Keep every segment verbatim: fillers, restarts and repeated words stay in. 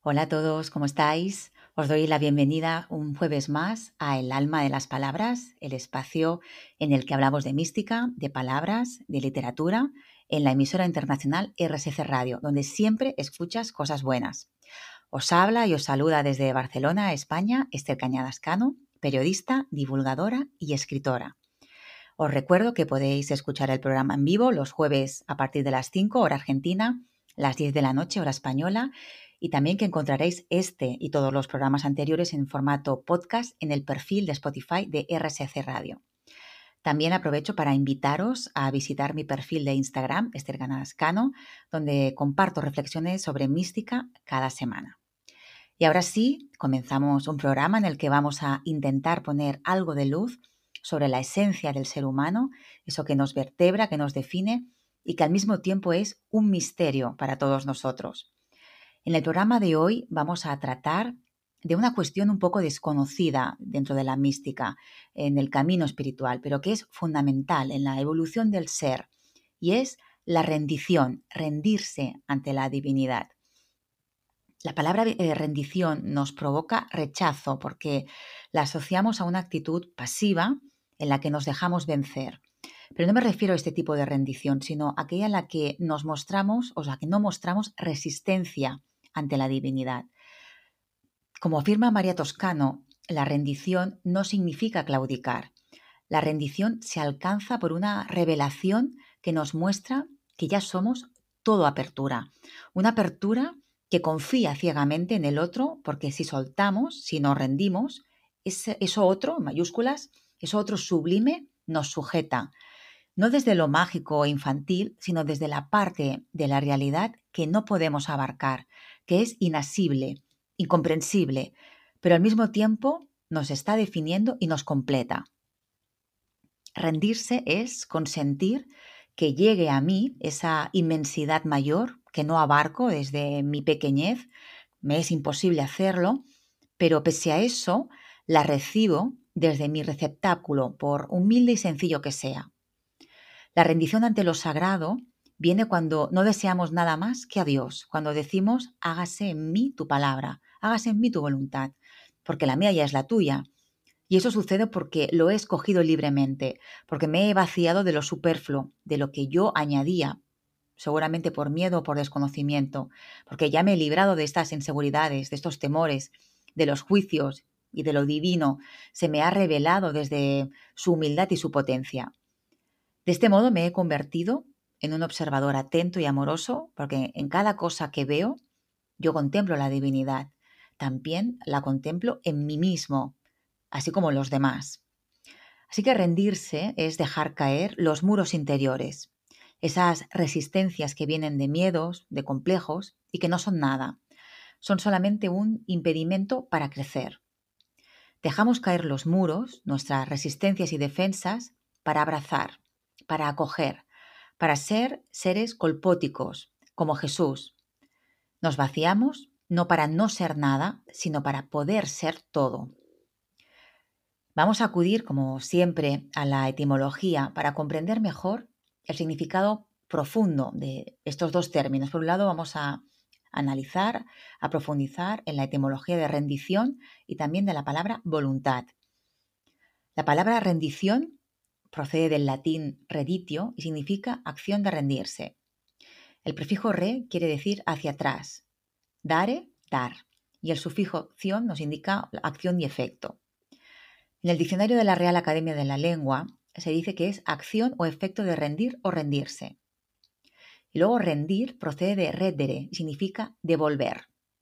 Hola a todos, ¿cómo estáis? Os doy la bienvenida un jueves más a El Alma de las Palabras, el espacio en el que hablamos de mística, de palabras, de literatura, en la emisora internacional R S C Radio, donde siempre escuchas cosas buenas. Os habla y os saluda desde Barcelona, España, Esther Cañadas Cano, periodista, divulgadora y escritora. Os recuerdo que podéis escuchar el programa en vivo los jueves a partir de las cinco, hora argentina, las diez de la noche, hora española, y también que encontraréis este y todos los programas anteriores en formato podcast en el perfil de Spotify de R S C Radio. También aprovecho para invitaros a visitar mi perfil de Instagram, Esther Cañadas Cano, donde comparto reflexiones sobre mística cada semana. Y ahora sí, comenzamos un programa en el que vamos a intentar poner algo de luz sobre la esencia del ser humano, eso que nos vertebra, que nos define y que al mismo tiempo es un misterio para todos nosotros. En el programa de hoy vamos a tratar de una cuestión un poco desconocida dentro de la mística, en el camino espiritual, pero que es fundamental en la evolución del ser, y es la rendición, rendirse ante la divinidad. La palabra eh, rendición nos provoca rechazo porque la asociamos a una actitud pasiva en la que nos dejamos vencer. Pero no me refiero a este tipo de rendición, sino a aquella en la que nos mostramos, o sea, que no mostramos resistencia ante la divinidad. Como afirma María Toscano, la rendición no significa claudicar. La rendición se alcanza por una revelación que nos muestra que ya somos todo apertura. Una apertura que confía ciegamente en el otro, porque si soltamos, si nos rendimos, ese, eso otro, en mayúsculas, eso otro sublime nos sujeta. No desde lo mágico o infantil, sino desde la parte de la realidad que no podemos abarcar, que es inasible, incomprensible, pero al mismo tiempo nos está definiendo y nos completa. Rendirse es consentir que llegue a mí esa inmensidad mayor que no abarco desde mi pequeñez, me es imposible hacerlo, pero pese a eso la recibo desde mi receptáculo, por humilde y sencillo que sea. La rendición ante lo sagrado viene cuando no deseamos nada más que a Dios, cuando decimos hágase en mí tu palabra, hágase en mí tu voluntad, porque la mía ya es la tuya. Y eso sucede porque lo he escogido libremente, porque me he vaciado de lo superfluo, de lo que yo añadía, seguramente por miedo o por desconocimiento, porque ya me he librado de estas inseguridades, de estos temores, de los juicios y de lo divino. Se me ha revelado desde su humildad y su potencia. De este modo me he convertido en un observador atento y amoroso, porque en cada cosa que veo yo contemplo la divinidad. También la contemplo en mí mismo, así como en los demás. Así que rendirse es dejar caer los muros interiores, esas resistencias que vienen de miedos, de complejos y que no son nada. Son solamente un impedimento para crecer. Dejamos caer los muros, nuestras resistencias y defensas, para abrazar, para acoger, para ser seres colpóticos, como Jesús. Nos vaciamos no para no ser nada, sino para poder ser todo. Vamos a acudir, como siempre, a la etimología para comprender mejor el significado profundo de estos dos términos. Por un lado, vamos a analizar, a profundizar en la etimología de rendición y también de la palabra voluntad. La palabra rendición procede del latín reditio y significa acción de rendirse. El prefijo re quiere decir hacia atrás, dare, dar, y el sufijo ción nos indica acción y efecto. En el diccionario de la Real Academia de la Lengua se dice que es acción o efecto de rendir o rendirse. Y luego rendir procede de reddere y significa devolver.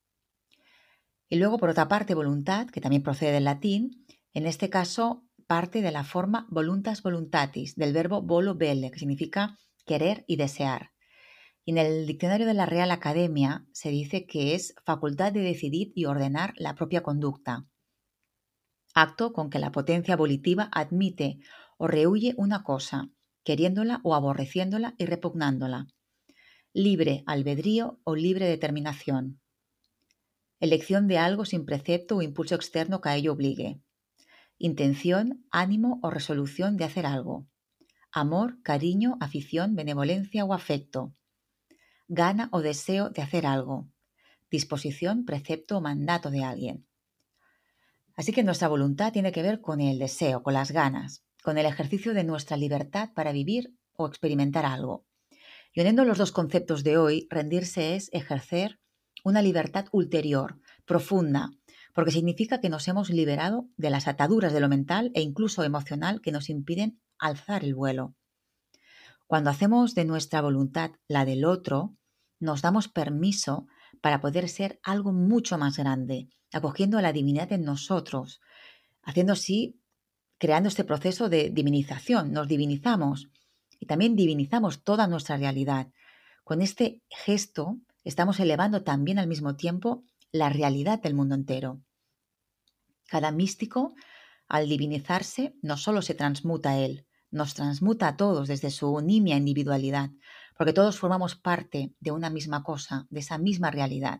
Y luego, por otra parte, voluntad, que también procede del latín, en este caso parte de la forma voluntas voluntatis, del verbo volo velle, que significa querer y desear. Y en el diccionario de la Real Academia se dice que es facultad de decidir y ordenar la propia conducta. Acto con que la potencia volitiva admite o rehúye una cosa, queriéndola o aborreciéndola y repugnándola. Libre albedrío o libre determinación. Elección de algo sin precepto o impulso externo que a ello obligue. Intención, ánimo o resolución de hacer algo. Amor, cariño, afición, benevolencia o afecto. Gana o deseo de hacer algo. disposición, precepto o mandato de alguien. Así que nuestra voluntad tiene que ver con el deseo, con las ganas, con el ejercicio de nuestra libertad para vivir o experimentar algo. Y uniendo los dos conceptos de hoy, rendirse es ejercer una libertad ulterior, profunda, porque significa que nos hemos liberado de las ataduras de lo mental e incluso emocional que nos impiden alzar el vuelo. Cuando hacemos de nuestra voluntad la del otro, nos damos permiso para poder ser algo mucho más grande, acogiendo a la divinidad en nosotros, haciendo así, creando este proceso de divinización. Nos divinizamos y también divinizamos toda nuestra realidad. Con este gesto estamos elevando también al mismo tiempo la realidad del mundo entero. Cada místico, al divinizarse, no solo se transmuta a él, nos transmuta a todos desde su nimia individualidad, porque todos formamos parte de una misma cosa, de esa misma realidad.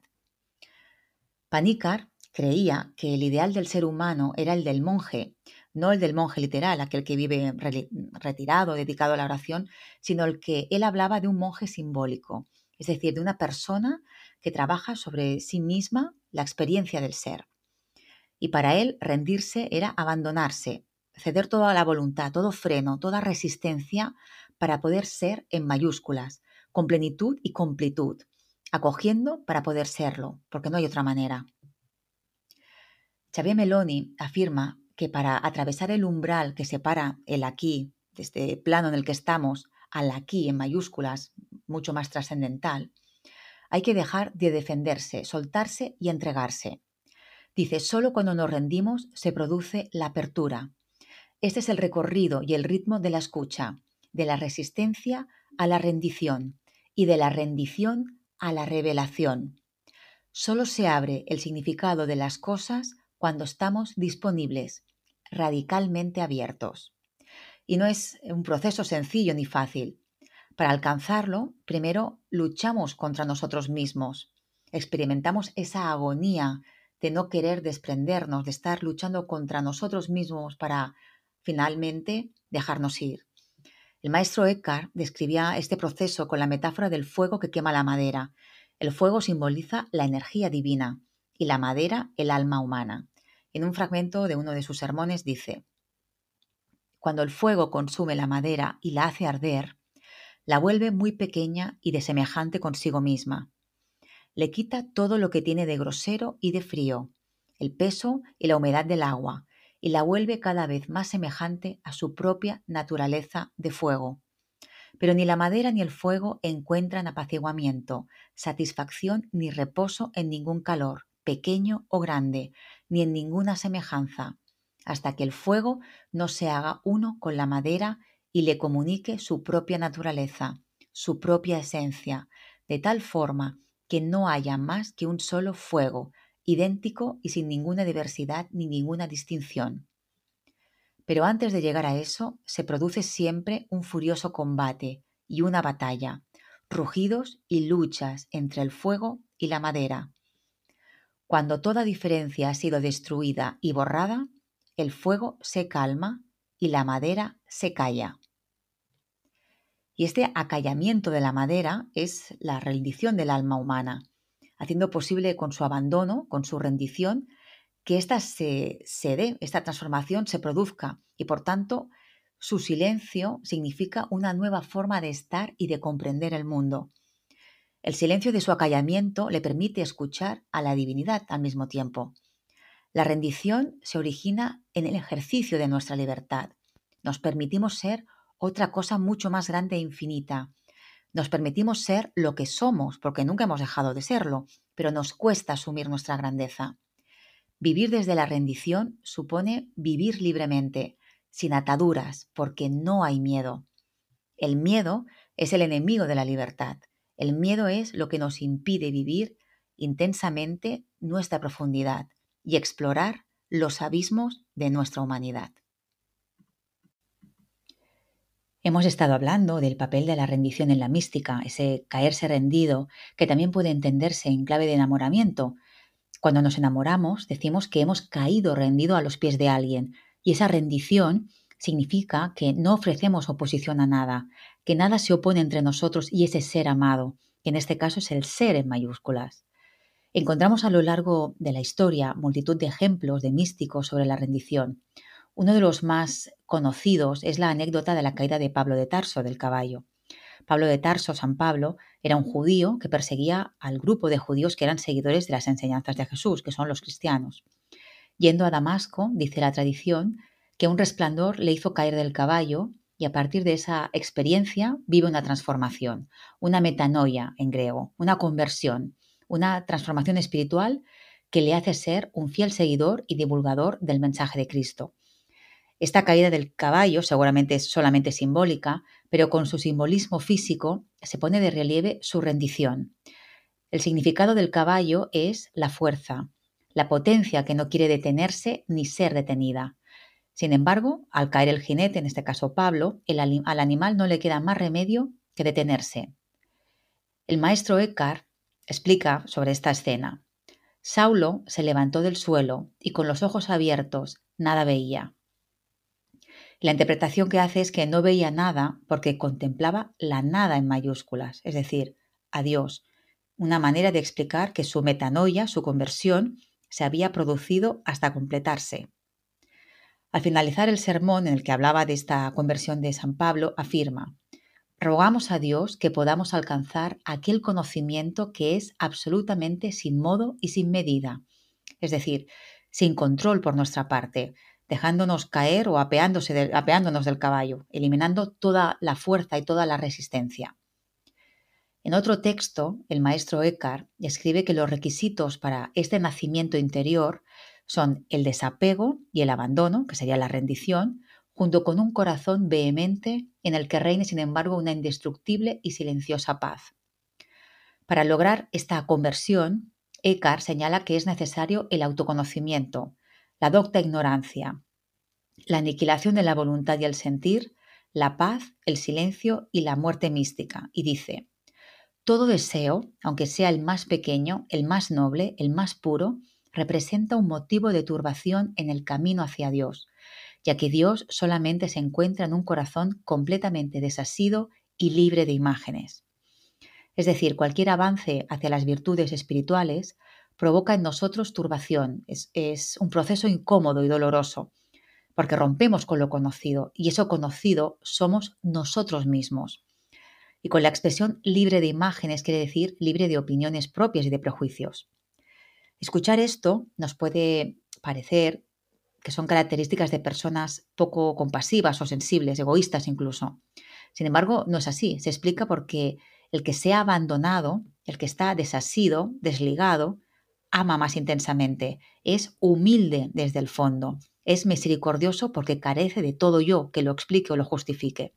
Panikar creía que el ideal del ser humano era el del monje, no el del monje literal, aquel que vive re- retirado, dedicado a la oración, sino el que él hablaba de un monje simbólico, es decir, de una persona que trabaja sobre sí misma la experiencia del ser. Y para él rendirse era abandonarse, ceder toda la voluntad, todo freno, toda resistencia para poder ser en mayúsculas, con plenitud y completud, acogiendo para poder serlo, porque no hay otra manera. Xavier Meloni afirma que para atravesar el umbral que separa el aquí, de este plano en el que estamos, al aquí en mayúsculas, mucho más trascendental, hay que dejar de defenderse, soltarse y entregarse. Dice, solo cuando nos rendimos se produce la apertura. Este es el recorrido y el ritmo de la escucha, de la resistencia a la rendición y de la rendición a la revelación. Solo se abre el significado de las cosas cuando estamos disponibles, radicalmente abiertos. Y no es un proceso sencillo ni fácil. Para alcanzarlo, primero luchamos contra nosotros mismos. Experimentamos esa agonía de no querer desprendernos, de estar luchando contra nosotros mismos para finalmente dejarnos ir. El maestro Eckhart describía este proceso con la metáfora del fuego que quema la madera. El fuego simboliza la energía divina y la madera el alma humana. En un fragmento de uno de sus sermones dice: cuando el fuego consume la madera y la hace arder, la vuelve muy pequeña y desemejante consigo misma. Le quita todo lo que tiene de grosero y de frío, el peso y la humedad del agua, y la vuelve cada vez más semejante a su propia naturaleza de fuego. Pero ni la madera ni el fuego encuentran apaciguamiento, satisfacción ni reposo en ningún calor, pequeño o grande, ni en ninguna semejanza, hasta que el fuego no se haga uno con la madera y le comunique su propia naturaleza, su propia esencia, de tal forma que no haya más que un solo fuego, idéntico y sin ninguna diversidad ni ninguna distinción. Pero antes de llegar a eso, se produce siempre un furioso combate y una batalla, rugidos y luchas entre el fuego y la madera. Cuando toda diferencia ha sido destruida y borrada, el fuego se calma y la madera se calla. Y este acallamiento de la madera es la rendición del alma humana, haciendo posible con su abandono, con su rendición, que ésta se, se dé, esta transformación se produzca y, por tanto, su silencio significa una nueva forma de estar y de comprender el mundo. El silencio de su acallamiento le permite escuchar a la divinidad al mismo tiempo. La rendición se origina en el ejercicio de nuestra libertad. Nos permitimos ser otra cosa mucho más grande e infinita. Nos permitimos ser lo que somos, porque nunca hemos dejado de serlo, pero nos cuesta asumir nuestra grandeza. Vivir desde la rendición supone vivir libremente, sin ataduras, porque no hay miedo. El miedo es el enemigo de la libertad. El miedo es lo que nos impide vivir intensamente nuestra profundidad y explorar los abismos de nuestra humanidad. Hemos estado hablando del papel de la rendición en la mística, ese caerse rendido, que también puede entenderse en clave de enamoramiento. Cuando nos enamoramos, decimos que hemos caído rendido a los pies de alguien, y esa rendición significa que no ofrecemos oposición a nada, que nada se opone entre nosotros y ese ser amado, que en este caso es el ser en mayúsculas. Encontramos a lo largo de la historia multitud de ejemplos de místicos sobre la rendición. Uno de los más conocidos es la anécdota de la caída de Pablo de Tarso del caballo. Pablo de Tarso, San Pablo, era un judío que perseguía al grupo de judíos que eran seguidores de las enseñanzas de Jesús, que son los cristianos. Yendo a Damasco, dice la tradición, que un resplandor le hizo caer del caballo y a partir de esa experiencia vive una transformación, una metanoia en griego, una conversión, una transformación espiritual que le hace ser un fiel seguidor y divulgador del mensaje de Cristo. Esta caída del caballo seguramente es solamente simbólica, pero con su simbolismo físico se pone de relieve su rendición. El significado del caballo es la fuerza, la potencia que no quiere detenerse ni ser detenida. Sin embargo, al caer el jinete, en este caso Pablo, el, al animal no le queda más remedio que detenerse. El maestro Eckhart explica sobre esta escena. Saulo se levantó del suelo y con los ojos abiertos nada veía. La interpretación que hace es que no veía nada porque contemplaba la nada en mayúsculas, es decir, a Dios. Una manera de explicar que su metanoia, su conversión, se había producido hasta completarse. Al finalizar el sermón en el que hablaba de esta conversión de San Pablo, afirma: rogamos a Dios que podamos alcanzar aquel conocimiento que es absolutamente sin modo y sin medida, es decir, sin control por nuestra parte, dejándonos caer o apeándose de, apeándonos del caballo, eliminando toda la fuerza y toda la resistencia. En otro texto, el maestro Eckhart escribe que los requisitos para este nacimiento interior son el desapego y el abandono, que sería la rendición, junto con un corazón vehemente en el que reine, sin embargo, una indestructible y silenciosa paz. Para lograr esta conversión, Eckhart señala que es necesario el autoconocimiento, la docta ignorancia, la aniquilación de la voluntad y el sentir, la paz, el silencio y la muerte mística, y dice: todo deseo, aunque sea el más pequeño, el más noble, el más puro, representa un motivo de turbación en el camino hacia Dios, ya que Dios solamente se encuentra en un corazón completamente desasido y libre de imágenes. Es decir, cualquier avance hacia las virtudes espirituales provoca en nosotros turbación, es, es un proceso incómodo y doloroso, porque rompemos con lo conocido y eso conocido somos nosotros mismos. Y con la expresión libre de imágenes quiere decir libre de opiniones propias y de prejuicios. Escuchar esto nos puede parecer que son características de personas poco compasivas o sensibles, egoístas incluso. Sin embargo, no es así. Se explica porque el que se ha abandonado, el que está desasido, desligado, ama más intensamente, es humilde desde el fondo, es misericordioso porque carece de todo yo que lo explique o lo justifique.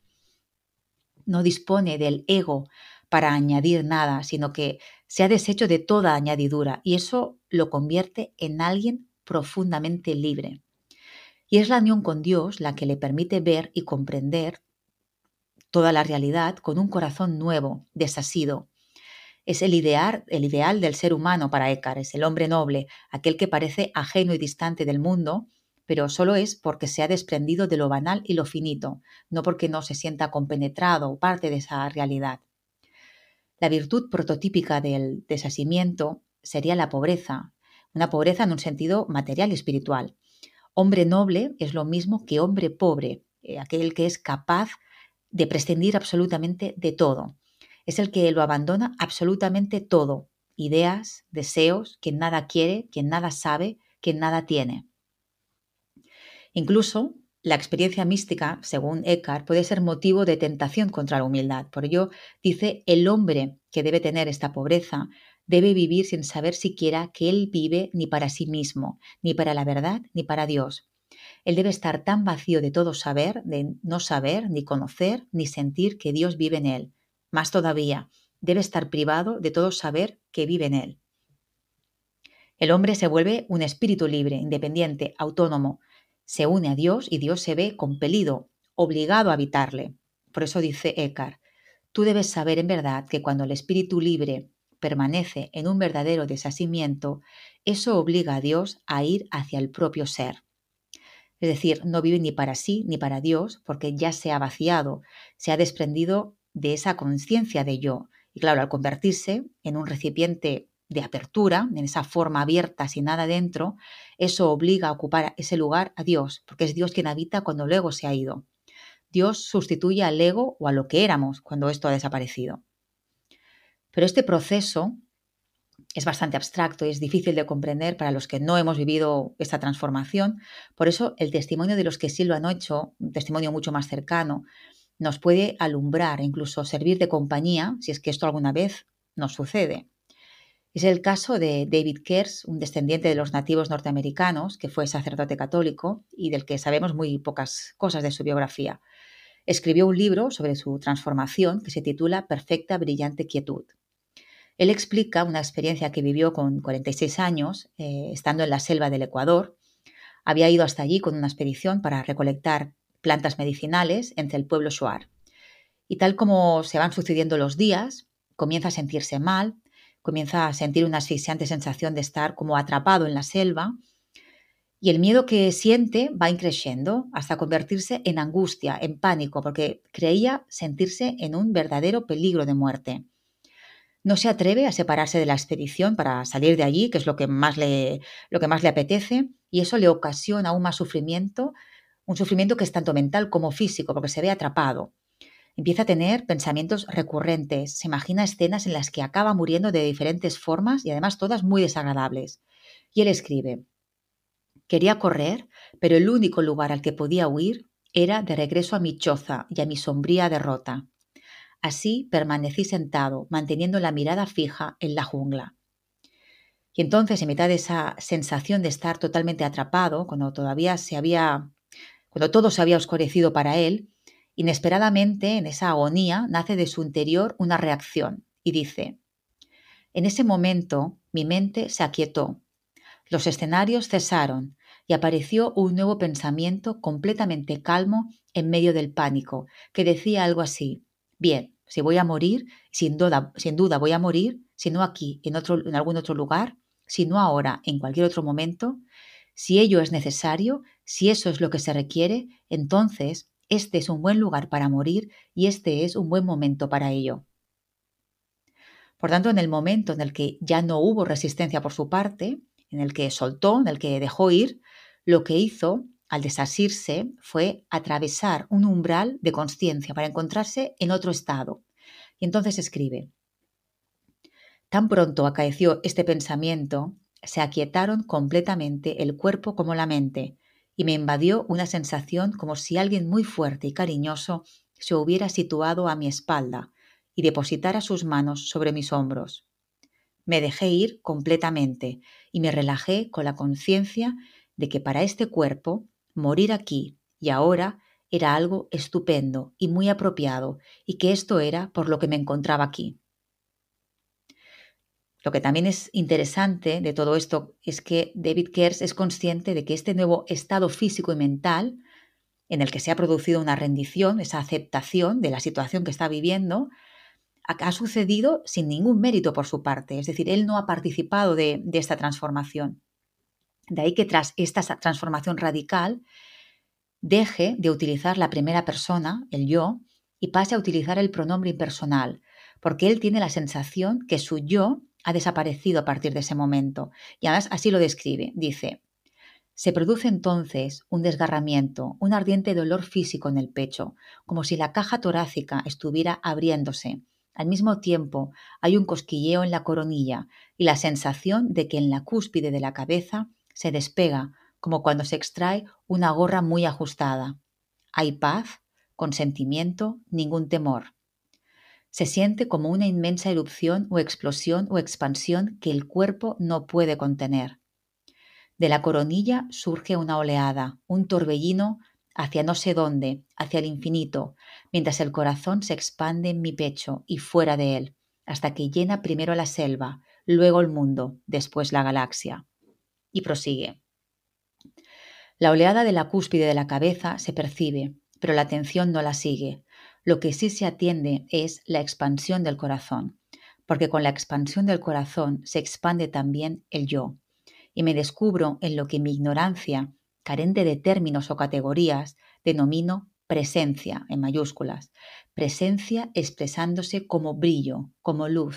No dispone del ego para añadir nada, sino que se ha deshecho de toda añadidura y eso lo convierte en alguien profundamente libre. Y es la unión con Dios la que le permite ver y comprender toda la realidad con un corazón nuevo, desasido. Es el ideal, el ideal del ser humano para Eckhart, es el hombre noble, aquel que parece ajeno y distante del mundo, pero solo es porque se ha desprendido de lo banal y lo finito, no porque no se sienta compenetrado o parte de esa realidad. La virtud prototípica del desasimiento sería la pobreza, una pobreza en un sentido material y espiritual. Hombre noble es lo mismo que hombre pobre, eh, aquel que es capaz de prescindir absolutamente de todo. Es el que lo abandona absolutamente todo, ideas, deseos, quien nada quiere, quien nada sabe, quien nada tiene. Incluso la experiencia mística, según Eckhart, puede ser motivo de tentación contra la humildad. Por ello, dice, el hombre que debe tener esta pobreza debe vivir sin saber siquiera que él vive ni para sí mismo, ni para la verdad, ni para Dios. Él debe estar tan vacío de todo saber, de no saber, ni conocer, ni sentir que Dios vive en él. Más todavía, debe estar privado de todo saber que vive en él. El hombre se vuelve un espíritu libre, independiente, autónomo. Se une a Dios y Dios se ve compelido, obligado a habitarle. Por eso dice Eckhart, tú debes saber en verdad que cuando el espíritu libre permanece en un verdadero desasimiento, eso obliga a Dios a ir hacia el propio ser. Es decir, no vive ni para sí ni para Dios porque ya se ha vaciado, se ha desprendido de esa conciencia de yo. Y claro, al convertirse en un recipiente de apertura, en esa forma abierta sin nada dentro, eso obliga a ocupar ese lugar a Dios, porque es Dios quien habita cuando el ego se ha ido. Dios sustituye al ego o a lo que éramos cuando esto ha desaparecido. Pero este proceso es bastante abstracto y es difícil de comprender para los que no hemos vivido esta transformación. Por eso el testimonio de los que sí lo han hecho, un testimonio mucho más cercano, nos puede alumbrar e incluso servir de compañía si es que esto alguna vez nos sucede. Es el caso de David Kers, un descendiente de los nativos norteamericanos que fue sacerdote católico y del que sabemos muy pocas cosas de su biografía. Escribió un libro sobre su transformación que se titula Perfecta Brillante Quietud. Él explica una experiencia que vivió con cuarenta y seis años, eh, estando en la selva del Ecuador. Había ido hasta allí con una expedición para recolectar plantas medicinales entre el pueblo Shuar. Y tal como se van sucediendo los días, comienza a sentirse mal, comienza a sentir una asfixiante sensación de estar como atrapado en la selva y el miedo que siente va increciendo hasta convertirse en angustia, en pánico, porque creía sentirse en un verdadero peligro de muerte. No se atreve a separarse de la expedición para salir de allí, que es lo que más le, lo que más le apetece, y eso le ocasiona aún más sufrimiento, un sufrimiento que es tanto mental como físico, porque se ve atrapado. Empieza a tener pensamientos recurrentes, se imagina escenas en las que acaba muriendo de diferentes formas y además todas muy desagradables. Y él escribe: quería correr, pero el único lugar al que podía huir era de regreso a mi choza y a mi sombría derrota. Así permanecí sentado, manteniendo la mirada fija en la jungla. Y entonces, en mitad de esa sensación de estar totalmente atrapado, cuando todavía se había, cuando todo se había oscurecido para él, inesperadamente, en esa agonía, nace de su interior una reacción y dice: en ese momento mi mente se aquietó, los escenarios cesaron y apareció un nuevo pensamiento completamente calmo en medio del pánico, que decía algo así: bien, si voy a morir, sin duda, sin duda voy a morir, si no aquí, en, otro, en algún otro lugar, si no ahora, en cualquier otro momento. Si ello es necesario, si eso es lo que se requiere, entonces este es un buen lugar para morir y este es un buen momento para ello. Por tanto, en el momento en el que ya no hubo resistencia por su parte, en el que soltó, en el que dejó ir, lo que hizo al desasirse fue atravesar un umbral de consciencia para encontrarse en otro estado. Y entonces escribe: tan pronto acaeció este pensamiento, se aquietaron completamente el cuerpo como la mente, y me invadió una sensación como si alguien muy fuerte y cariñoso se hubiera situado a mi espalda y depositara sus manos sobre mis hombros. Me dejé ir completamente y me relajé con la conciencia de que para este cuerpo, morir aquí y ahora era algo estupendo y muy apropiado, y que esto era por lo que me encontraba aquí. Lo que también es interesante de todo esto es que David Kers es consciente de que este nuevo estado físico y mental, en el que se ha producido una rendición, esa aceptación de la situación que está viviendo, ha sucedido sin ningún mérito por su parte. Es decir, él no ha participado de, de esta transformación. De ahí que tras esta transformación radical deje de utilizar la primera persona, el yo, y pase a utilizar el pronombre impersonal, porque él tiene la sensación que su yo ha desaparecido a partir de ese momento. Y además así lo describe. Dice: se produce entonces un desgarramiento, un ardiente dolor físico en el pecho, como si la caja torácica estuviera abriéndose. Al mismo tiempo hay un cosquilleo en la coronilla y la sensación de que en la cúspide de la cabeza se despega, como cuando se extrae una gorra muy ajustada. Hay paz, consentimiento, ningún temor. Se siente como una inmensa erupción o explosión o expansión que el cuerpo no puede contener. De la coronilla surge una oleada, un torbellino hacia no sé dónde, hacia el infinito, mientras el corazón se expande en mi pecho y fuera de él, hasta que llena primero la selva, luego el mundo, después la galaxia. Y prosigue. La oleada de la cúspide de la cabeza se percibe, pero la atención no la sigue. Lo que sí se atiende es la expansión del corazón, porque con la expansión del corazón se expande también el yo. Y me descubro en lo que mi ignorancia, carente de términos o categorías, denomino presencia, en mayúsculas. Presencia expresándose como brillo, como luz,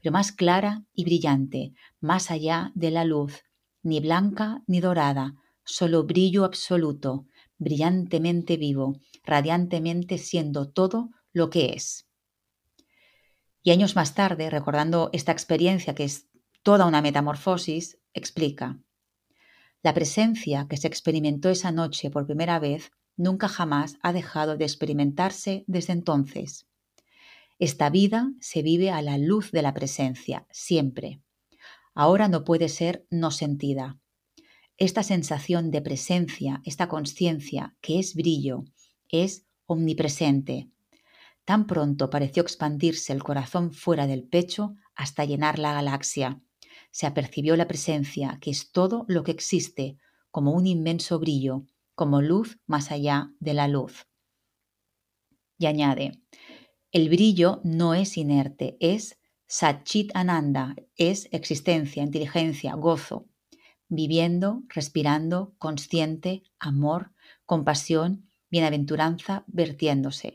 pero más clara y brillante, más allá de la luz, ni blanca ni dorada, solo brillo absoluto, brillantemente vivo, radiantemente siendo todo lo que es. Y años más tarde, recordando esta experiencia que es toda una metamorfosis, explica: la presencia que se experimentó esa noche por primera vez nunca jamás ha dejado de experimentarse desde entonces. Esta vida se vive a la luz de la presencia, siempre. Ahora no puede ser no sentida. Esta sensación de presencia, esta conciencia que es brillo, es omnipresente. Tan pronto pareció expandirse el corazón fuera del pecho hasta llenar la galaxia. Se apercibió la presencia, que es todo lo que existe, como un inmenso brillo, como luz más allá de la luz. Y añade: el brillo no es inerte, es Satchit Ananda, es existencia, inteligencia, gozo, viviendo, respirando, consciente, amor, compasión, bienaventuranza, vertiéndose.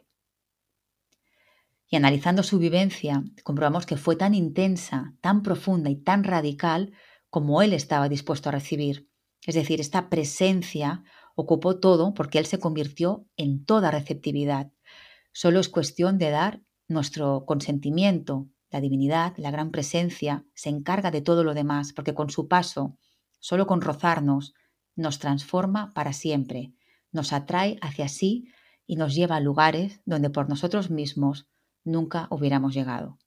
Y analizando su vivencia, comprobamos que fue tan intensa, tan profunda y tan radical como él estaba dispuesto a recibir. Es decir, esta presencia ocupó todo porque él se convirtió en toda receptividad. Solo es cuestión de dar nuestro consentimiento. La divinidad, la gran presencia, se encarga de todo lo demás, porque con su paso, solo con rozarnos, nos transforma para siempre, nos atrae hacia sí y nos lleva a lugares donde por nosotros mismos nunca hubiéramos llegado.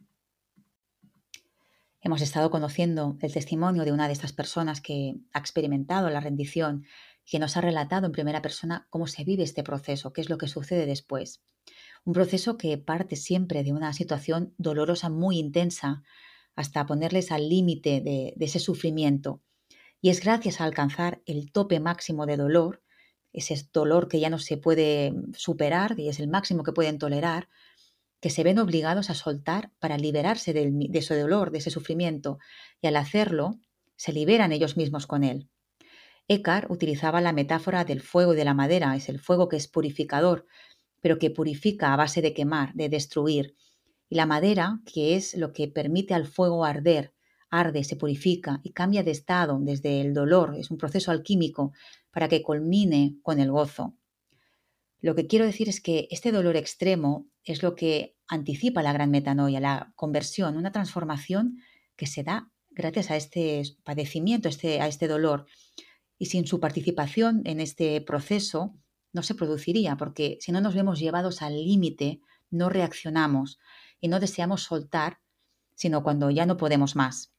Hemos estado conociendo el testimonio de una de estas personas que ha experimentado la rendición, que nos ha relatado en primera persona cómo se vive este proceso, qué es lo que sucede después. Un proceso que parte siempre de una situación dolorosa muy intensa hasta ponerles al límite de, de ese sufrimiento. Y es gracias a alcanzar el tope máximo de dolor, ese dolor que ya no se puede superar, y es el máximo que pueden tolerar, que se ven obligados a soltar para liberarse del, de ese dolor, de ese sufrimiento, y al hacerlo, se liberan ellos mismos con él. Eckhart utilizaba la metáfora del fuego y de la madera, es el fuego que es purificador, pero que purifica a base de quemar, de destruir. Y la madera, que es lo que permite al fuego arder, arde, se purifica y cambia de estado desde el dolor, es un proceso alquímico, para que culmine con el gozo. Lo que quiero decir es que este dolor extremo es lo que anticipa la gran metanoia, la conversión, una transformación que se da gracias a este padecimiento, este, a este dolor. Y sin su participación en este proceso no se produciría, porque si no nos vemos llevados al límite, no reaccionamos y no deseamos soltar, sino cuando ya no podemos más.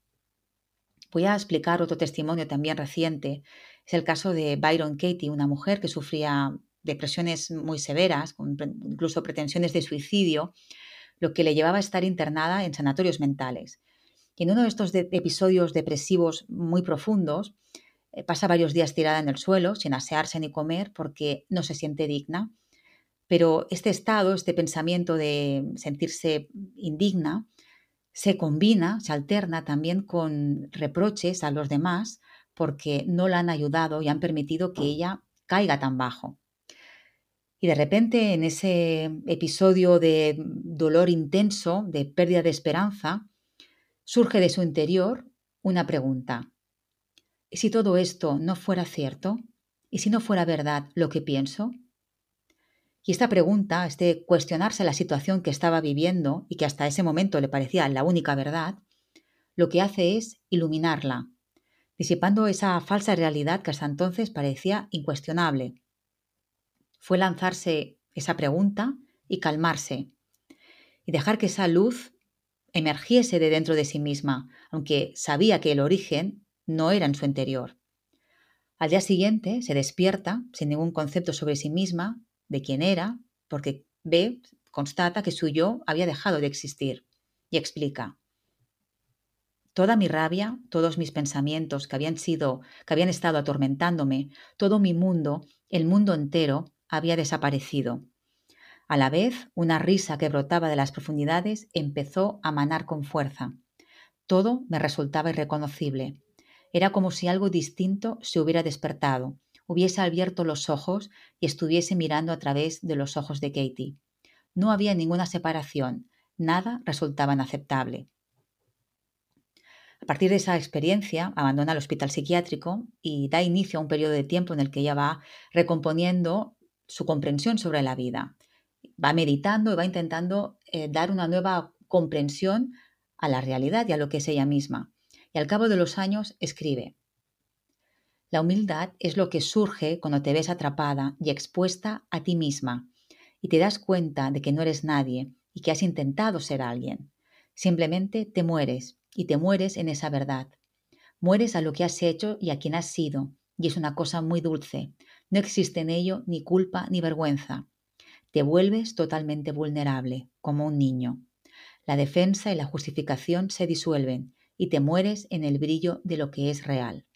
Voy a explicar otro testimonio también reciente. Es el caso de Byron Katie, una mujer que sufría depresiones muy severas, con incluso pretensiones de suicidio, lo que le llevaba a estar internada en sanatorios mentales. Y en uno de estos de episodios depresivos muy profundos, eh, pasa varios días tirada en el suelo, sin asearse ni comer, porque no se siente digna. Pero este estado, este pensamiento de sentirse indigna, se combina, se alterna también con reproches a los demás porque no la han ayudado y han permitido que ella caiga tan bajo. Y de repente, en ese episodio de dolor intenso, de pérdida de esperanza, surge de su interior una pregunta. ¿Y si todo esto no fuera cierto? ¿Y si no fuera verdad lo que pienso? Y esta pregunta, este cuestionarse la situación que estaba viviendo y que hasta ese momento le parecía la única verdad, lo que hace es iluminarla, disipando esa falsa realidad que hasta entonces parecía incuestionable. Fue lanzarse esa pregunta y calmarse, y dejar que esa luz emergiese de dentro de sí misma, aunque sabía que el origen no era en su interior. Al día siguiente se despierta sin ningún concepto sobre sí misma, de quién era, porque ve, constata que su yo había dejado de existir, y explica: toda mi rabia, todos mis pensamientos que habían sido, que habían estado atormentándome, todo mi mundo, el mundo entero, había desaparecido. A la vez, una risa que brotaba de las profundidades empezó a manar con fuerza. Todo me resultaba irreconocible. Era como si algo distinto se hubiera despertado, hubiese abierto los ojos y estuviese mirando a través de los ojos de Katie. No había ninguna separación, nada resultaba inaceptable. A partir de esa experiencia, abandona el hospital psiquiátrico y da inicio a un periodo de tiempo en el que ella va recomponiendo su comprensión sobre la vida. Va meditando y va intentando eh, dar una nueva comprensión a la realidad y a lo que es ella misma. Y al cabo de los años escribe: la humildad es lo que surge cuando te ves atrapada y expuesta a ti misma y te das cuenta de que no eres nadie y que has intentado ser alguien. Simplemente te mueres y te mueres en esa verdad. Mueres a lo que has hecho y a quien has sido, y es una cosa muy dulce. No existe en ello ni culpa ni vergüenza. Te vuelves totalmente vulnerable, como un niño. La defensa y la justificación se disuelven y te mueres en el brillo de lo que es real.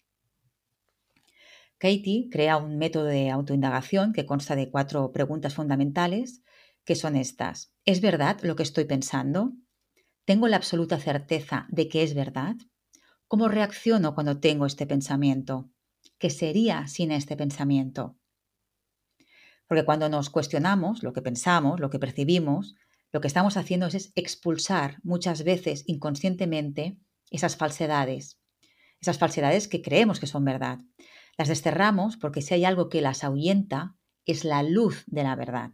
Katie crea un método de autoindagación que consta de cuatro preguntas fundamentales, que son estas. ¿Es verdad lo que estoy pensando? ¿Tengo la absoluta certeza de que es verdad? ¿Cómo reacciono cuando tengo este pensamiento? ¿Qué sería sin este pensamiento? Porque cuando nos cuestionamos lo que pensamos, lo que percibimos, lo que estamos haciendo es expulsar muchas veces inconscientemente esas falsedades, esas falsedades que creemos que son verdad. Las desterramos porque si hay algo que las ahuyenta, es la luz de la verdad.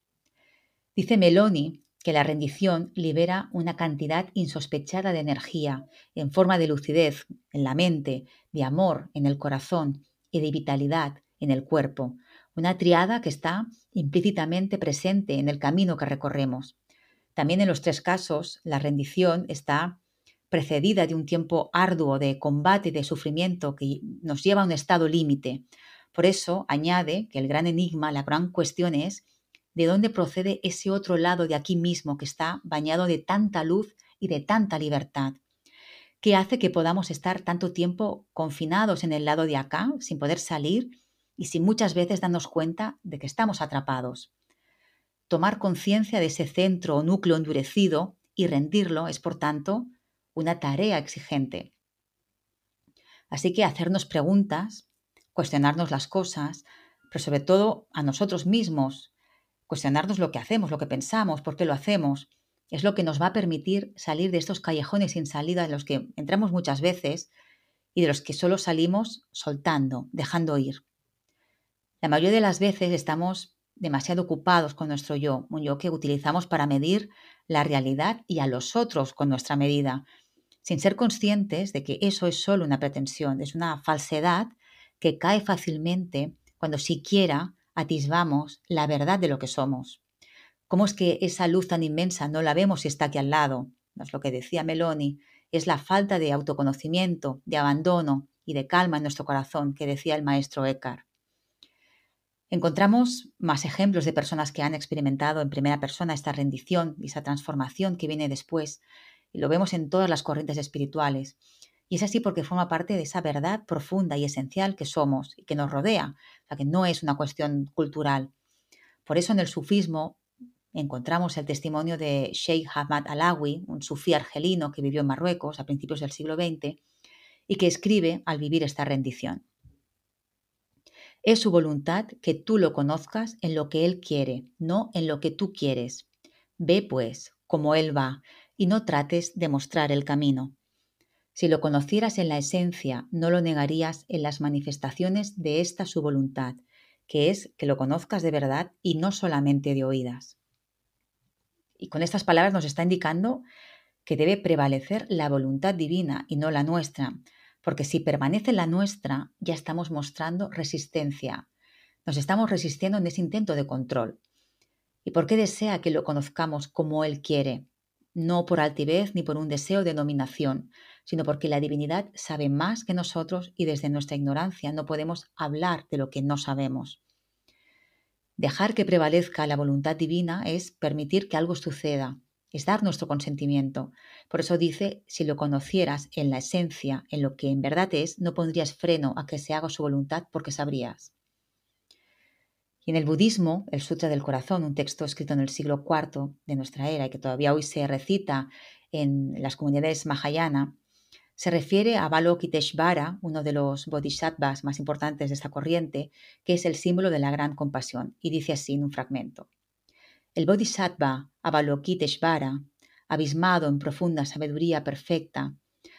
Dice Meloni que la rendición libera una cantidad insospechada de energía en forma de lucidez en la mente, de amor en el corazón y de vitalidad en el cuerpo. Una triada que está implícitamente presente en el camino que recorremos. También en los tres casos, la rendición está precedida de un tiempo arduo de combate y de sufrimiento que nos lleva a un estado límite. Por eso añade que el gran enigma, la gran cuestión es de dónde procede ese otro lado de aquí mismo que está bañado de tanta luz y de tanta libertad. ¿Qué hace que podamos estar tanto tiempo confinados en el lado de acá, sin poder salir y sin muchas veces darnos cuenta de que estamos atrapados? Tomar conciencia de ese centro o núcleo endurecido y rendirlo es, por tanto, una tarea exigente. Así que hacernos preguntas, cuestionarnos las cosas, pero sobre todo a nosotros mismos, cuestionarnos lo que hacemos, lo que pensamos, por qué lo hacemos, es lo que nos va a permitir salir de estos callejones sin salida en los que entramos muchas veces y de los que solo salimos soltando, dejando ir. La mayoría de las veces estamos demasiado ocupados con nuestro yo, un yo que utilizamos para medir la realidad y a los otros con nuestra medida, sin ser conscientes de que eso es solo una pretensión, es una falsedad que cae fácilmente cuando siquiera atisbamos la verdad de lo que somos. ¿Cómo es que esa luz tan inmensa no la vemos si está aquí al lado? No es lo que decía Meloni, es la falta de autoconocimiento, de abandono y de calma en nuestro corazón que decía el maestro Eckhart. Encontramos más ejemplos de personas que han experimentado en primera persona esta rendición y esa transformación que viene después, y lo vemos en todas las corrientes espirituales. Y es así porque forma parte de esa verdad profunda y esencial que somos y que nos rodea, o sea, que no es una cuestión cultural. Por eso en el sufismo encontramos el testimonio de Sheikh Ahmad Alawi, un sufí argelino que vivió en Marruecos a principios del siglo veinte y que escribe al vivir esta rendición. Es su voluntad que tú lo conozcas en lo que Él quiere, no en lo que tú quieres. Ve, pues, como Él va, y no trates de mostrar el camino. Si lo conocieras en la esencia, no lo negarías en las manifestaciones de esta su voluntad, que es que lo conozcas de verdad y no solamente de oídas. Y con estas palabras nos está indicando que debe prevalecer la voluntad divina y no la nuestra, porque si permanece la nuestra, ya estamos mostrando resistencia. Nos estamos resistiendo en ese intento de control. ¿Y por qué desea que lo conozcamos como Él quiere? No por altivez ni por un deseo de dominación, sino porque la divinidad sabe más que nosotros y desde nuestra ignorancia no podemos hablar de lo que no sabemos. Dejar que prevalezca la voluntad divina es permitir que algo suceda, es dar nuestro consentimiento. Por eso dice, si lo conocieras en la esencia, en lo que en verdad es, no pondrías freno a que se haga su voluntad porque sabrías. Y en el budismo, el Sutra del Corazón, un texto escrito en el siglo cuarto de nuestra era y que todavía hoy se recita en las comunidades Mahayana, se refiere a Avalokiteshvara, uno de los bodhisattvas más importantes de esta corriente, que es el símbolo de la gran compasión, y dice así en un fragmento. El bodhisattva Avalokiteshvara, abismado en profunda sabiduría perfecta,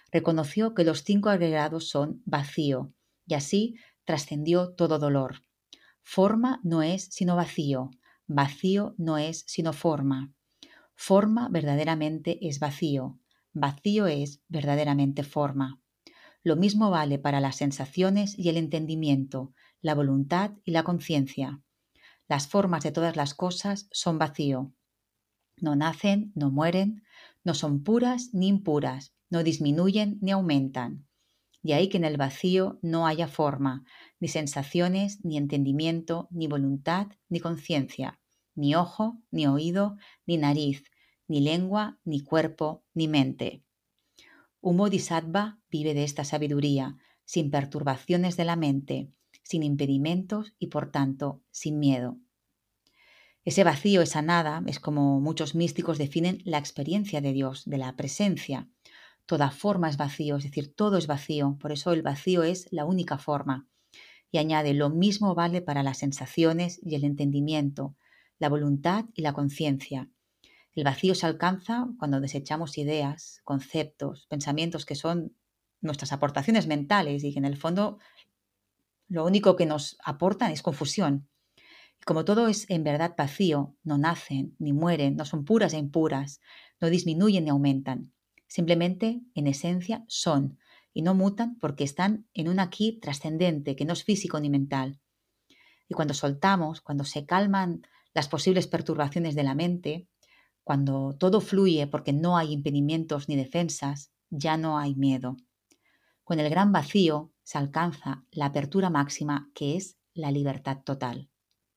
reconoció que los cinco agregados son vacío, y así trascendió todo dolor. Forma no es sino vacío, vacío no es sino forma. Forma verdaderamente es vacío, vacío es verdaderamente forma. Lo mismo vale para las sensaciones y el entendimiento, la voluntad y la conciencia. Las formas de todas las cosas son vacío. No nacen, no mueren, no son puras ni impuras, no disminuyen ni aumentan. De ahí que en el vacío no haya forma, ni sensaciones, ni entendimiento, ni voluntad, ni conciencia, ni ojo, ni oído, ni nariz, ni lengua, ni cuerpo, ni mente. Un bodhisattva vive de esta sabiduría, sin perturbaciones de la mente, sin impedimentos y por tanto sin miedo. Ese vacío, esa nada, es como muchos místicos definen la experiencia de Dios, de la presencia. Toda forma es vacío, es decir, todo es vacío, por eso el vacío es la única forma. Y añade, lo mismo vale para las sensaciones y el entendimiento, la voluntad y la conciencia. El vacío se alcanza cuando desechamos ideas, conceptos, pensamientos que son nuestras aportaciones mentales y que en el fondo lo único que nos aportan es confusión. Y como todo es en verdad vacío, no nacen ni mueren, no son puras e impuras, no disminuyen ni aumentan. Simplemente, en esencia, son y no mutan porque están en un aquí trascendente que no es físico ni mental. Y cuando soltamos, cuando se calman las posibles perturbaciones de la mente, cuando todo fluye porque no hay impedimentos ni defensas, ya no hay miedo. Con el gran vacío se alcanza la apertura máxima que es la libertad total.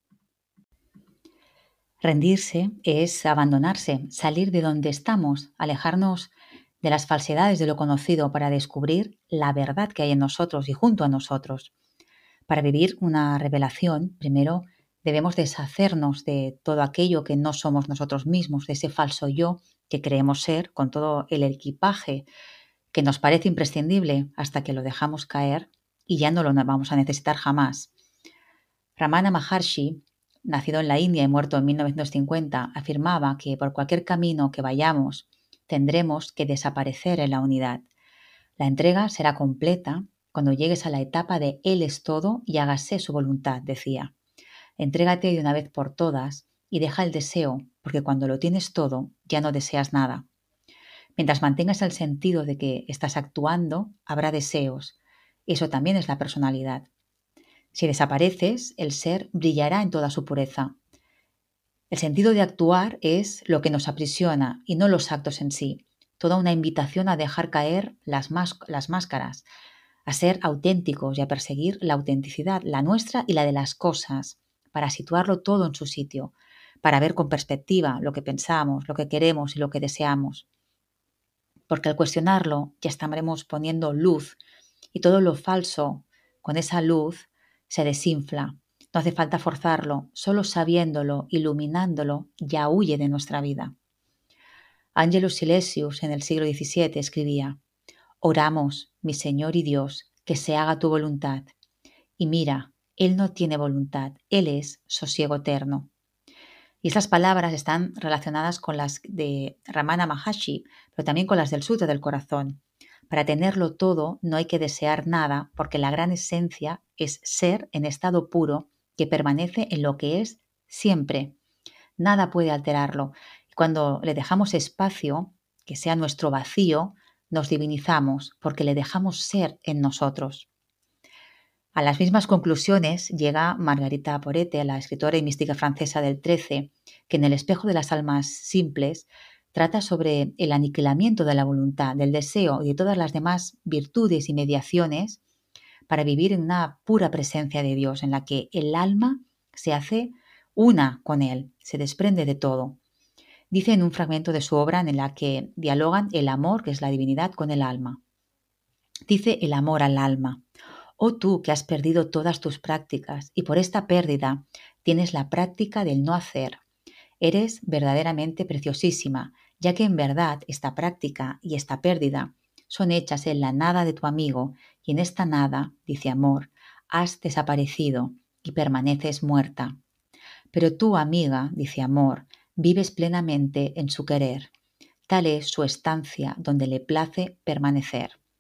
Rendirse es abandonarse, salir de donde estamos, alejarnos de las falsedades de lo conocido para descubrir la verdad que hay en nosotros y junto a nosotros. Para vivir una revelación, primero debemos deshacernos de todo aquello que no somos nosotros mismos, de ese falso yo que creemos ser, con todo el equipaje que nos parece imprescindible hasta que lo dejamos caer y ya no lo vamos a necesitar jamás. Ramana Maharshi, nacido en la India y muerto en mil novecientos cincuenta, afirmaba que por cualquier camino que vayamos tendremos que desaparecer en la unidad. La entrega será completa cuando llegues a la etapa de Él es todo y hágase su voluntad, decía. Entrégate de una vez por todas y deja el deseo, porque cuando lo tienes todo ya no deseas nada. Mientras mantengas el sentido de que estás actuando, habrá deseos. Eso también es la personalidad. Si desapareces, el ser brillará en toda su pureza. El sentido de actuar es lo que nos aprisiona y no los actos en sí. Toda una invitación a dejar caer las, más, las máscaras, a ser auténticos y a perseguir la autenticidad, la nuestra y la de las cosas, para situarlo todo en su sitio, para ver con perspectiva lo que pensamos, lo que queremos y lo que deseamos. Porque al cuestionarlo ya estaremos poniendo luz y todo lo falso con esa luz se desinfla. No hace falta forzarlo, solo sabiéndolo, iluminándolo, ya huye de nuestra vida. Angelus Silesius en el siglo diecisiete escribía: Oramos, mi Señor y Dios, que se haga tu voluntad. Y mira, Él no tiene voluntad, Él es sosiego eterno. Y estas palabras están relacionadas con las de Ramana Maharshi, pero también con las del Sutra del Corazón. Para tenerlo todo no hay que desear nada, porque la gran esencia es ser en estado puro que permanece en lo que es siempre. Nada puede alterarlo. Y cuando le dejamos espacio, que sea nuestro vacío, nos divinizamos porque le dejamos ser en nosotros. A las mismas conclusiones llega Margarita Porete, la escritora y mística francesa del trece, que en El espejo de las almas simples trata sobre el aniquilamiento de la voluntad, del deseo y de todas las demás virtudes y mediaciones para vivir en una pura presencia de Dios, en la que el alma se hace una con Él, se desprende de todo. Dice en un fragmento de su obra en la que dialogan el amor, que es la divinidad, con el alma. Dice el amor al alma: oh tú que has perdido todas tus prácticas y por esta pérdida tienes la práctica del no hacer. Eres verdaderamente preciosísima, ya que en verdad esta práctica y esta pérdida son hechas en la nada de tu amigo y en esta nada, dice amor, has desaparecido y permaneces muerta. Pero tú, amiga, dice amor, vives plenamente en su querer. Tal es su estancia donde le place permanecer.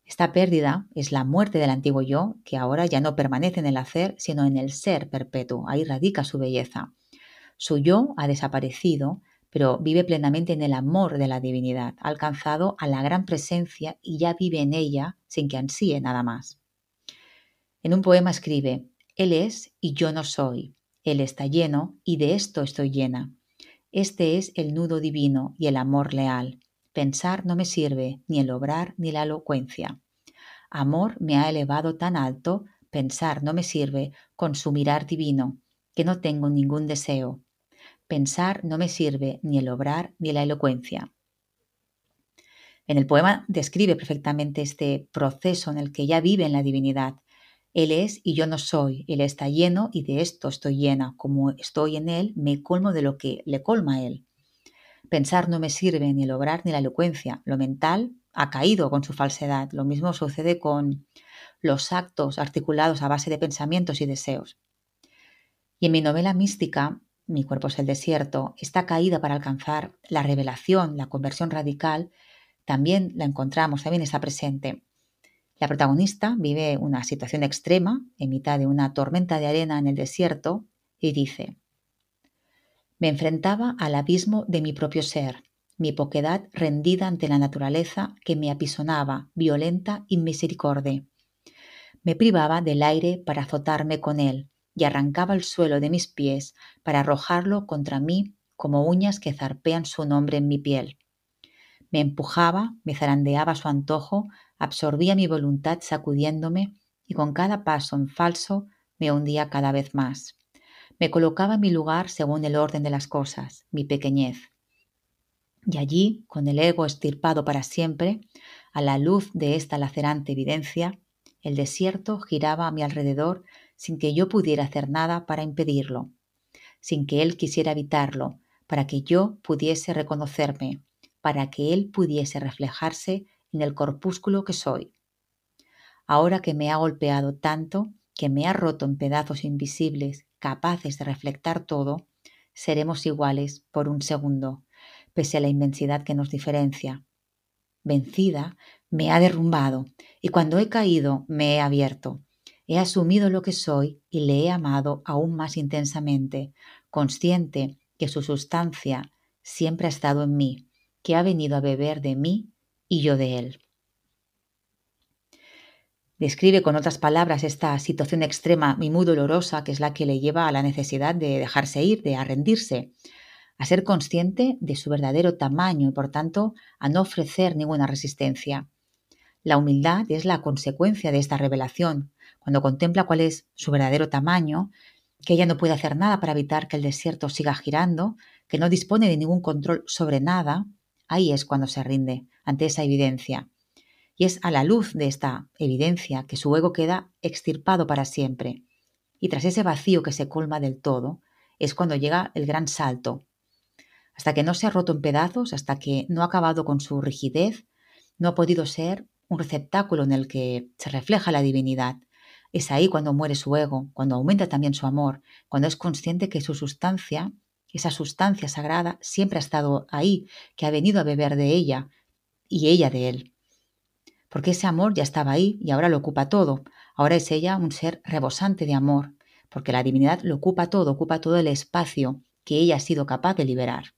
Esta pérdida es la muerte del antiguo yo, que ahora ya no permanece en el hacer, sino en el ser perpetuo. Ahí radica su belleza. Su yo ha desaparecido, pero vive plenamente en el amor de la divinidad. Ha alcanzado a la gran presencia y ya vive en ella sin que ansíe nada más. En un poema escribe: Él es y yo no soy. Él está lleno y de esto estoy llena. Este es el nudo divino y el amor leal. Pensar no me sirve, ni el obrar ni la elocuencia. Amor me ha elevado tan alto, pensar no me sirve con su mirar divino, que no tengo ningún deseo. Pensar no me sirve ni el obrar ni la elocuencia. En el poema describe perfectamente este proceso en el que ya vive en la divinidad. Él es y yo no soy, Él está lleno y de esto estoy llena. Como estoy en Él, me colmo de lo que le colma a Él. Pensar no me sirve ni el obrar ni la elocuencia. Lo mental ha caído con su falsedad. Lo mismo sucede con los actos articulados a base de pensamientos y deseos. Y en mi novela mística, Mi cuerpo es el desierto, esta caída para alcanzar la revelación, la conversión radical, también la encontramos, también está presente. La protagonista vive una situación extrema en mitad de una tormenta de arena en el desierto y dice: me enfrentaba al abismo de mi propio ser, mi poquedad rendida ante la naturaleza que me apisonaba, violenta y misericorde. Me privaba del aire para azotarme con él y arrancaba el suelo de mis pies para arrojarlo contra mí como uñas que zarpean su nombre en mi piel. Me empujaba, me zarandeaba a su antojo, absorbía mi voluntad sacudiéndome y con cada paso en falso me hundía cada vez más. Me colocaba en mi lugar según el orden de las cosas, mi pequeñez. Y allí, con el ego extirpado para siempre, a la luz de esta lacerante evidencia, el desierto giraba a mi alrededor sin que yo pudiera hacer nada para impedirlo, sin que él quisiera evitarlo, para que yo pudiese reconocerme, para que él pudiese reflejarse en el corpúsculo que soy. Ahora que me ha golpeado tanto, que me ha roto en pedazos invisibles, capaces de reflectar todo, seremos iguales por un segundo, pese a la inmensidad que nos diferencia. Vencida, me ha derrumbado, y cuando he caído me he abierto. He asumido lo que soy y le he amado aún más intensamente, consciente que su sustancia siempre ha estado en mí, que ha venido a beber de mí y yo de él. Describe con otras palabras esta situación extrema y muy dolorosa que es la que le lleva a la necesidad de dejarse ir, de rendirse, a ser consciente de su verdadero tamaño y, por tanto, a no ofrecer ninguna resistencia. La humildad es la consecuencia de esta revelación. Cuando contempla cuál es su verdadero tamaño, que ella no puede hacer nada para evitar que el desierto siga girando, que no dispone de ningún control sobre nada, ahí es cuando se rinde ante esa evidencia. Y es a la luz de esta evidencia que su ego queda extirpado para siempre. Y tras ese vacío que se colma del todo, es cuando llega el gran salto. Hasta que no se ha roto en pedazos, hasta que no ha acabado con su rigidez, no ha podido ser un receptáculo en el que se refleja la divinidad. Es ahí cuando muere su ego, cuando aumenta también su amor, cuando es consciente que su sustancia, esa sustancia sagrada, siempre ha estado ahí, que ha venido a beber de ella y ella de él. Porque ese amor ya estaba ahí y ahora lo ocupa todo. Ahora es ella un ser rebosante de amor, porque la divinidad lo ocupa todo, ocupa todo el espacio que ella ha sido capaz de liberar.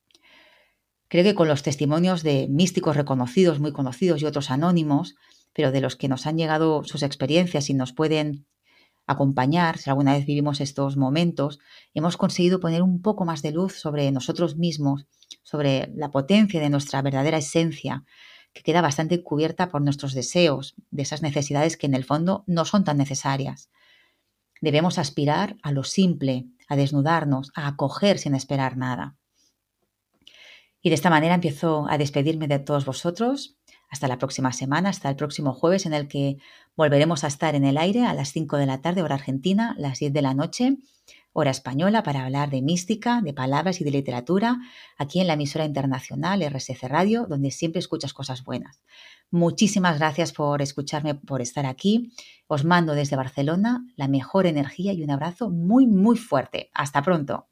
Creo que con los testimonios de místicos reconocidos, muy conocidos y otros anónimos, pero de los que nos han llegado sus experiencias y nos pueden acompañar, si alguna vez vivimos estos momentos, hemos conseguido poner un poco más de luz sobre nosotros mismos, sobre la potencia de nuestra verdadera esencia, que queda bastante cubierta por nuestros deseos, de esas necesidades que en el fondo no son tan necesarias. Debemos aspirar a lo simple, a desnudarnos, a acoger sin esperar nada. Y de esta manera empiezo a despedirme de todos vosotros. Hasta la próxima semana, hasta el próximo jueves, en el que volveremos a estar en el aire a las cinco de la tarde, hora argentina, las diez de la noche, hora española, para hablar de mística, de palabras y de literatura, aquí en la emisora internacional R S C Radio, donde siempre escuchas cosas buenas. Muchísimas gracias por escucharme, por estar aquí. Os mando desde Barcelona la mejor energía y un abrazo muy, muy fuerte. Hasta pronto.